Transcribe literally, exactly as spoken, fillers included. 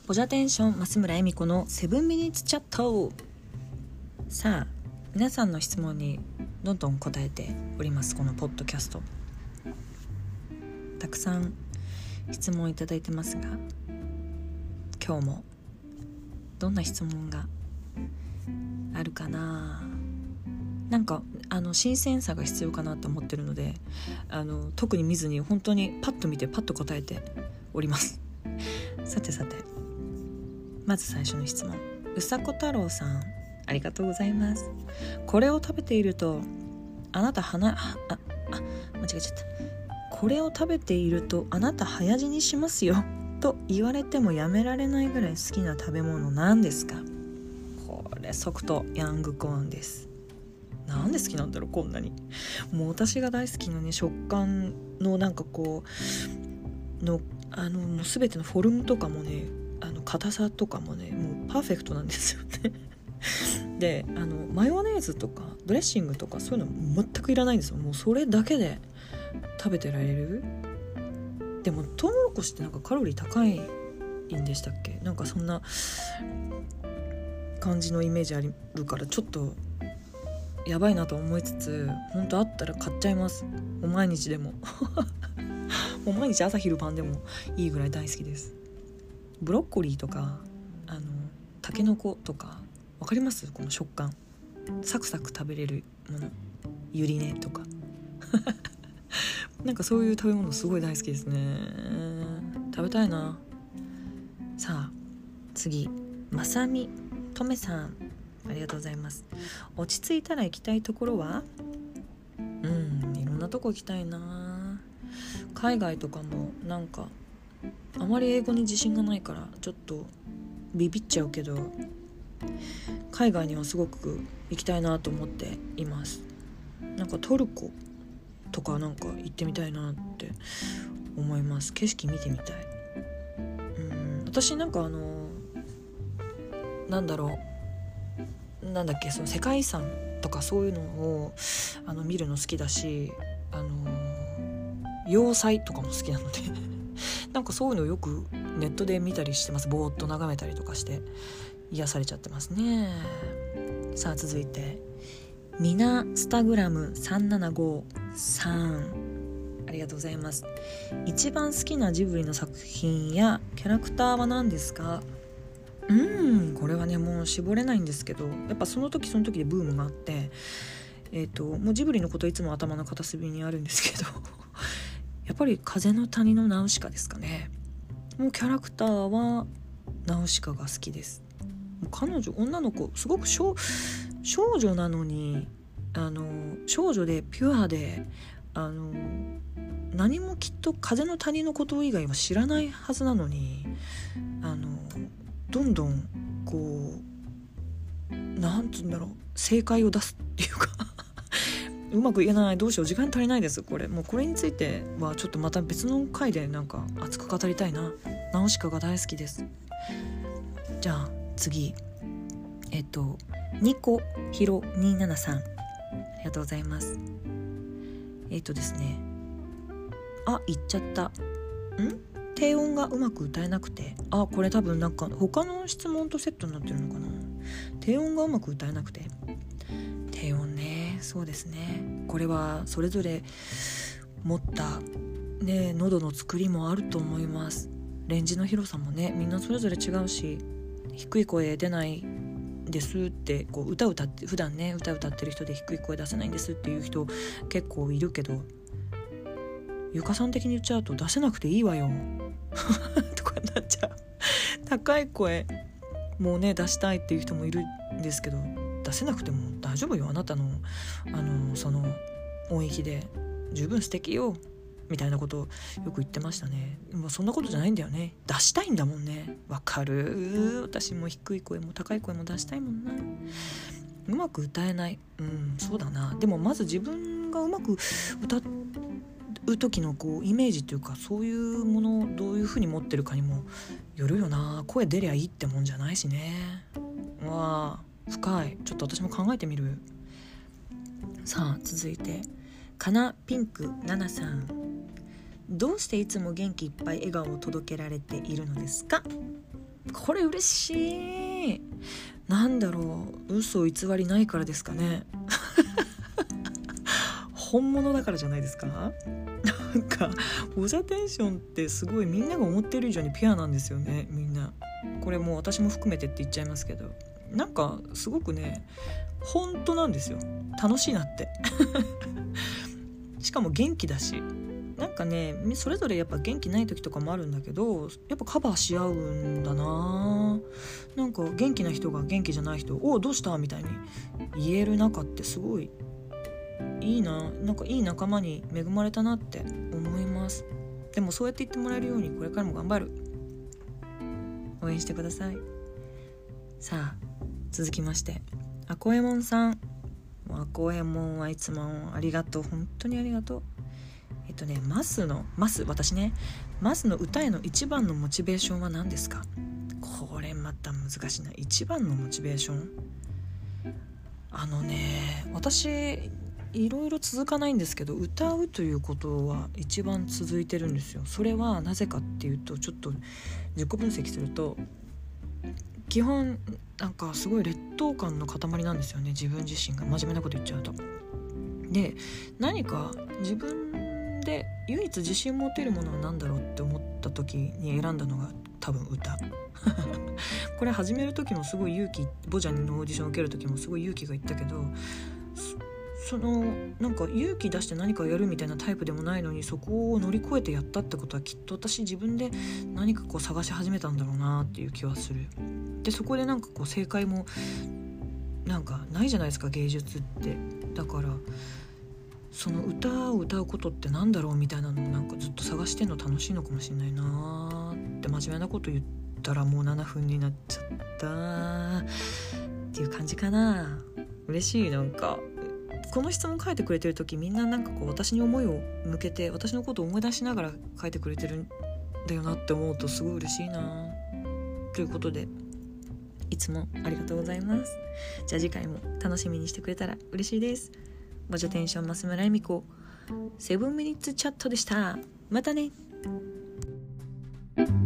ポジャテンション増村恵美子のセブンミニッツチャット。さあ、皆さんの質問にどんどん答えております。このポッドキャスト、たくさん質問いただいてますが、今日もどんな質問があるかな。なんかあの新鮮さが必要かなと思ってるので、あの特に見ずに本当にパッと見てパッと答えておりますさてさて、まず最初の質問、うさこ太郎さん、ありがとうございます。これを食べているとあなた鼻ああ間違えちゃった。これを食べているとあなた早死にしますよと言われてもやめられないぐらい好きな食べ物なんですか。これ即答ヤングコーンです。なんで好きなんだろう、こんなに。もう私が大好きなね、食感のなんかこうのあのもう全てのフォルムとかもね、あの硬さとかもね、もうパーフェクトなんですよねで、あのマヨネーズとかドレッシングとかそういうの全くいらないんですよ。もうそれだけで食べてられる。でもトウモロコシってなんかカロリー高いんでしたっけ。なんかそんな感じのイメージあるから、ちょっとやばいなと思いつつ、本当あったら買っちゃいます。もう毎日でももう毎日朝昼晩でもいいぐらい大好きです。ブロッコリーとかあのタケノコとかわかります？この食感、サクサク食べれるもの、ゆりねとかなんかそういう食べ物すごい大好きですね。食べたいな。さあ次、まさみとめさん、ありがとうございます。落ち着いたら行きたいところは？うんいろんなとこ行きたいな。海外とかもなんかあまり英語に自信がないからちょっとビビっちゃうけど、海外にはすごく行きたいなと思っています。なんかトルコとかなんか行ってみたいなって思います。景色見てみたい。うん私なんかあのなんだろうなんだっけその世界遺産とかそういうのをあの見るの好きだし、あの要塞とかも好きなのでなんかそういうのをよくネットで見たりしてます。ぼーっと眺めたりとかして癒されちゃってますね。さあ続いてミナスタグラムさんななごさん、ありがとうございます。一番好きなジブリの作品やキャラクターは何ですか？うーんこれはねもう絞れないんですけど、やっぱその時その時でブームがあって、えーともうジブリのこといつも頭の片隅にあるんですけどやっぱり風の谷のナウシカですかね。もうキャラクターはナウシカが好きです。もう彼女女の子すごく 少, 少女なのにあの少女でピュアであの何もきっと風の谷のこと以外は知らないはずなのに、あのどんどんこうなんて言うんだろう正解を出すっていうかうまく言えない、どうしよう時間足りないです。これもうこれについてはちょっとまた別の回でなんか熱く語りたいな。ナウシカが大好きです。じゃあ次、えっとニコヒロにーななさん、ありがとうございます。えっとですねあ言っちゃったん低音がうまく歌えなくて、あこれ多分なんか他の質問とセットになってるのかな。低音がうまく歌えなくて、低音ね、そうですね。これはそれぞれ持ったね喉の作りもあると思います。レンジの広さもねみんなそれぞれ違うし、低い声出ないですってこう歌歌って普段ね歌歌ってる人で低い声出せないんですっていう人結構いるけど、ゆかさん的に言っちゃうと出せなくていいわよとかになっちゃう。高い声もうね出したいっていう人もいるんですけど、出せなくても大丈夫よ、あなたのあのその音域で十分素敵よみたいなことをよく言ってましたね。もうそんなことじゃないんだよね、出したいんだもんね。わかる、私も低い声も高い声も出したいもんな。うまく歌えない、うんそうだな。でもまず自分がうまく歌う時のこうイメージっていうか、そういうものをどういう風に持ってるかにもよるよな。声出りゃいいってもんじゃないしね。わあ深い。ちょっと私も考えてみる。さあ続いてかなピンクななさん、どうしていつも元気いっぱい笑顔を届けられているのですか？ これ嬉しい。なんだろう、嘘偽りないからですかね本物だからじゃないですか。なんかボジャテンションってすごいみんなが思ってる以上にピュアなんですよね。みんなこれもう私も含めてって言っちゃいますけど、なんかすごくね本当なんですよ。楽しいなってしかも元気だし、なんかねそれぞれやっぱ元気ない時とかもあるんだけど、やっぱカバーし合うんだな。なんか元気な人が元気じゃない人おどうしたみたいに言える中ってすごいいいな。なんかいい仲間に恵まれたなって思います。でもそうやって言ってもらえるようにこれからも頑張る。応援してください。さあ続きましてあこえもんさん。あこえもんはいつもありがとう、本当にありがとう。えっとねマスのマス私ねマスの歌への一番のモチベーションは何ですか。これまた難しいな。一番のモチベーション、あのね私いろいろ続かないんですけど、歌うということは一番続いてるんですよ。それはなぜかっていうと、ちょっと自己分析すると、基本なんかすごい劣等感の塊なんですよね、自分自身が。真面目なこと言っちゃうと。で何か自分で唯一自信持てるものは何だろうって思った時に選んだのが多分歌これ始める時もすごい勇気、ボジャンのオーディションを受ける時もすごい勇気がいったけど、そのなんか勇気出して何かやるみたいなタイプでもないのに、そこを乗り越えてやったってことはきっと私自分で何かこう探し始めたんだろうなっていう気はする。でそこでなんかこう正解もなんかないじゃないですか、芸術って。だからその歌を歌うことってなんだろうみたいなのをなんかずっと探してんの楽しいのかもしれないなって真面目なこと言ったらもうななふんになっちゃったっていう感じかな。嬉しい。なんかこの質問書いてくれてる時みんななんかこう私に思いを向けて私のことを思い出しながら書いてくれてるんだよなって思うとすごい嬉しいなということで、いつもありがとうございます。じゃあ次回も楽しみにしてくれたら嬉しいです。ボジャテンション増村恵美子セブンミニッツチャットでした。またね。